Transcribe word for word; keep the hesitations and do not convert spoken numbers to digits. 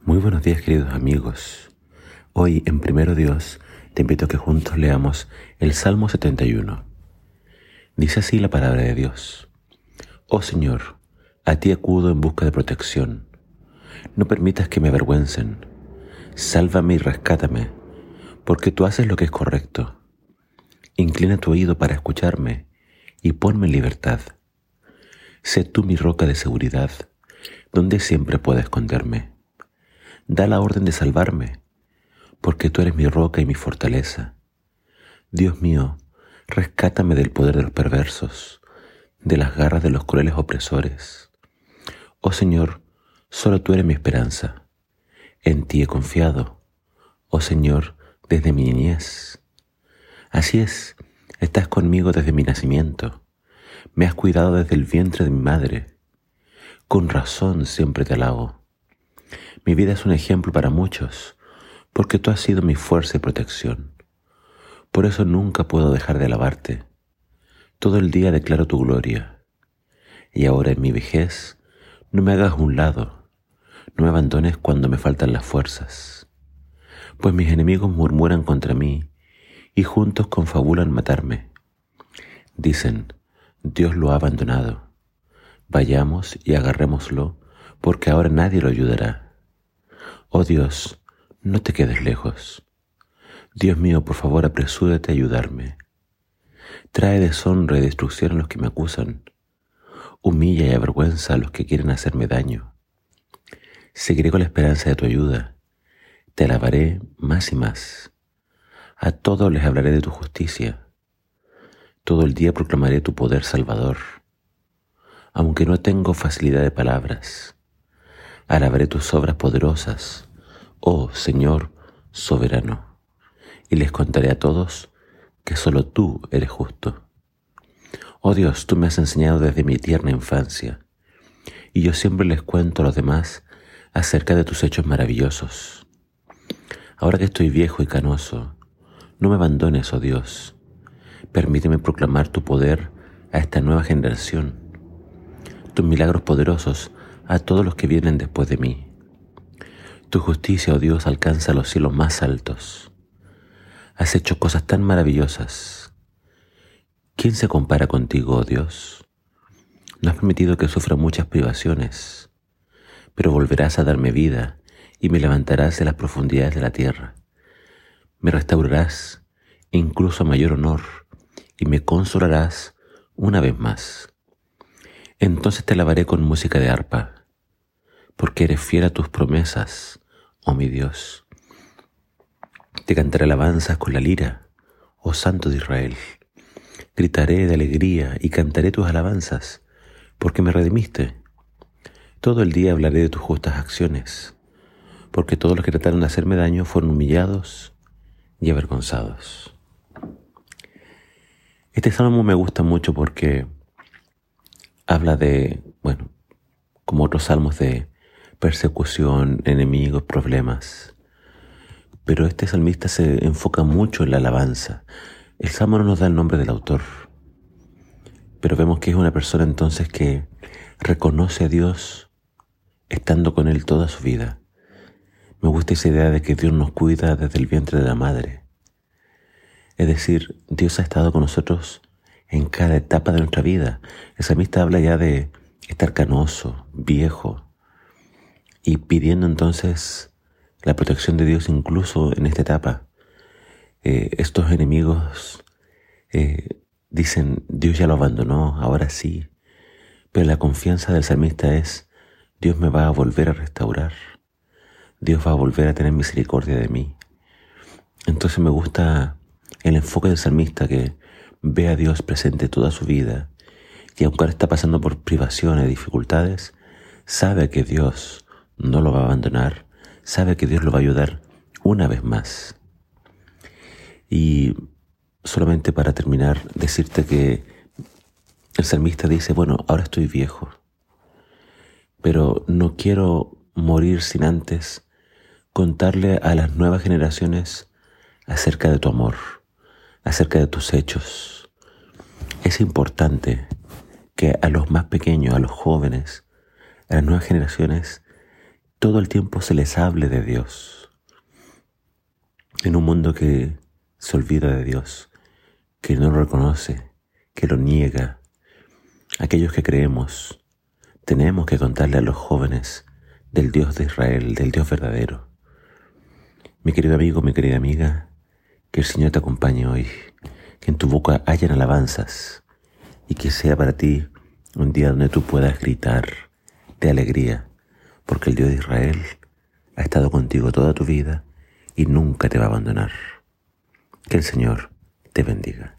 Muy buenos días, queridos amigos. Hoy en Primero Dios te invito a que juntos leamos el Salmo setenta y uno. Dice así la palabra de Dios: Oh Señor, a ti acudo en busca de protección. No permitas que me avergüencen. Sálvame y rescátame, porque tú haces lo que es correcto. Inclina tu oído para escucharme y ponme en libertad. Sé tú mi roca de seguridad, donde siempre pueda esconderme. Da la orden de salvarme, porque tú eres mi roca y mi fortaleza. Dios mío, rescátame del poder de los perversos, de las garras de los crueles opresores. Oh Señor, solo tú eres mi esperanza. En ti he confiado, oh Señor, desde mi niñez. Así es, estás conmigo desde mi nacimiento. Me has cuidado desde el vientre de mi madre. Con razón siempre te alabo. Mi vida es un ejemplo para muchos, porque tú has sido mi fuerza y protección. Por eso nunca puedo dejar de alabarte. Todo el día declaro tu gloria. Y ahora en mi vejez, no me hagas a un lado, no me abandones cuando me faltan las fuerzas. Pues mis enemigos murmuran contra mí, y juntos confabulan matarme. Dicen: Dios lo ha abandonado. Vayamos y agarrémoslo, porque ahora nadie lo ayudará. Oh Dios, no te quedes lejos. Dios mío, por favor, apresúrate a ayudarme. Trae deshonra y destrucción a los que me acusan. Humilla y avergüenza a los que quieren hacerme daño. Seguiré con la esperanza de tu ayuda. Te alabaré más y más. A todos les hablaré de tu justicia. Todo el día proclamaré tu poder salvador. Aunque no tengo facilidad de palabras, alabaré tus obras poderosas, oh Señor soberano, y les contaré a todos que solo tú eres justo. Oh Dios, tú me has enseñado desde mi tierna infancia, y yo siempre les cuento a los demás acerca de tus hechos maravillosos. Ahora que estoy viejo y canoso, no me abandones, oh Dios. Permíteme proclamar tu poder a esta nueva generación, tus milagros poderosos a todos los que vienen después de mí. Tu justicia, oh Dios, alcanza los cielos más altos. Has hecho cosas tan maravillosas. ¿Quién se compara contigo, oh Dios? No has permitido que sufra muchas privaciones, pero volverás a darme vida y me levantarás de las profundidades de la tierra. Me restaurarás incluso a mayor honor y me consolarás una vez más. Entonces te alabaré con música de arpa, porque eres fiel a tus promesas, oh mi Dios. Te cantaré alabanzas con la lira, oh Santo de Israel. Gritaré de alegría y cantaré tus alabanzas, porque me redimiste. Todo el día hablaré de tus justas acciones, porque todos los que trataron de hacerme daño fueron humillados y avergonzados. Este salmo me gusta mucho porque habla de, bueno, como otros salmos, de persecución, enemigos, problemas. Pero este salmista se enfoca mucho en la alabanza. El salmo no nos da el nombre del autor, pero vemos que es una persona entonces que reconoce a Dios estando con Él toda su vida. Me gusta esa idea de que Dios nos cuida desde el vientre de la madre. Es decir, Dios ha estado con nosotros en cada etapa de nuestra vida. El salmista habla ya de estar canoso, viejo, y pidiendo entonces la protección de Dios incluso en esta etapa. Eh, estos enemigos eh, dicen: Dios ya lo abandonó, ahora sí. Pero la confianza del salmista es: Dios me va a volver a restaurar. Dios va a volver a tener misericordia de mí. Entonces me gusta el enfoque del salmista, que ve a Dios presente toda su vida, y aunque ahora está pasando por privaciones, dificultades, sabe que Dios no lo va a abandonar, sabe que Dios lo va a ayudar una vez más. Y solamente para terminar, decirte que el salmista dice: bueno, ahora estoy viejo, pero no quiero morir sin antes contarle a las nuevas generaciones acerca de tu amor, acerca de tus hechos. Es importante que a los más pequeños, a los jóvenes, a las nuevas generaciones, todo el tiempo se les hable de Dios. En un mundo que se olvida de Dios, que no lo reconoce, que lo niega, aquellos que creemos, tenemos que contarle a los jóvenes del Dios de Israel, del Dios verdadero. Mi querido amigo, mi querida amiga, que el Señor te acompañe hoy, que en tu boca hayan alabanzas y que sea para ti un día donde tú puedas gritar de alegría, porque el Dios de Israel ha estado contigo toda tu vida y nunca te va a abandonar. Que el Señor te bendiga.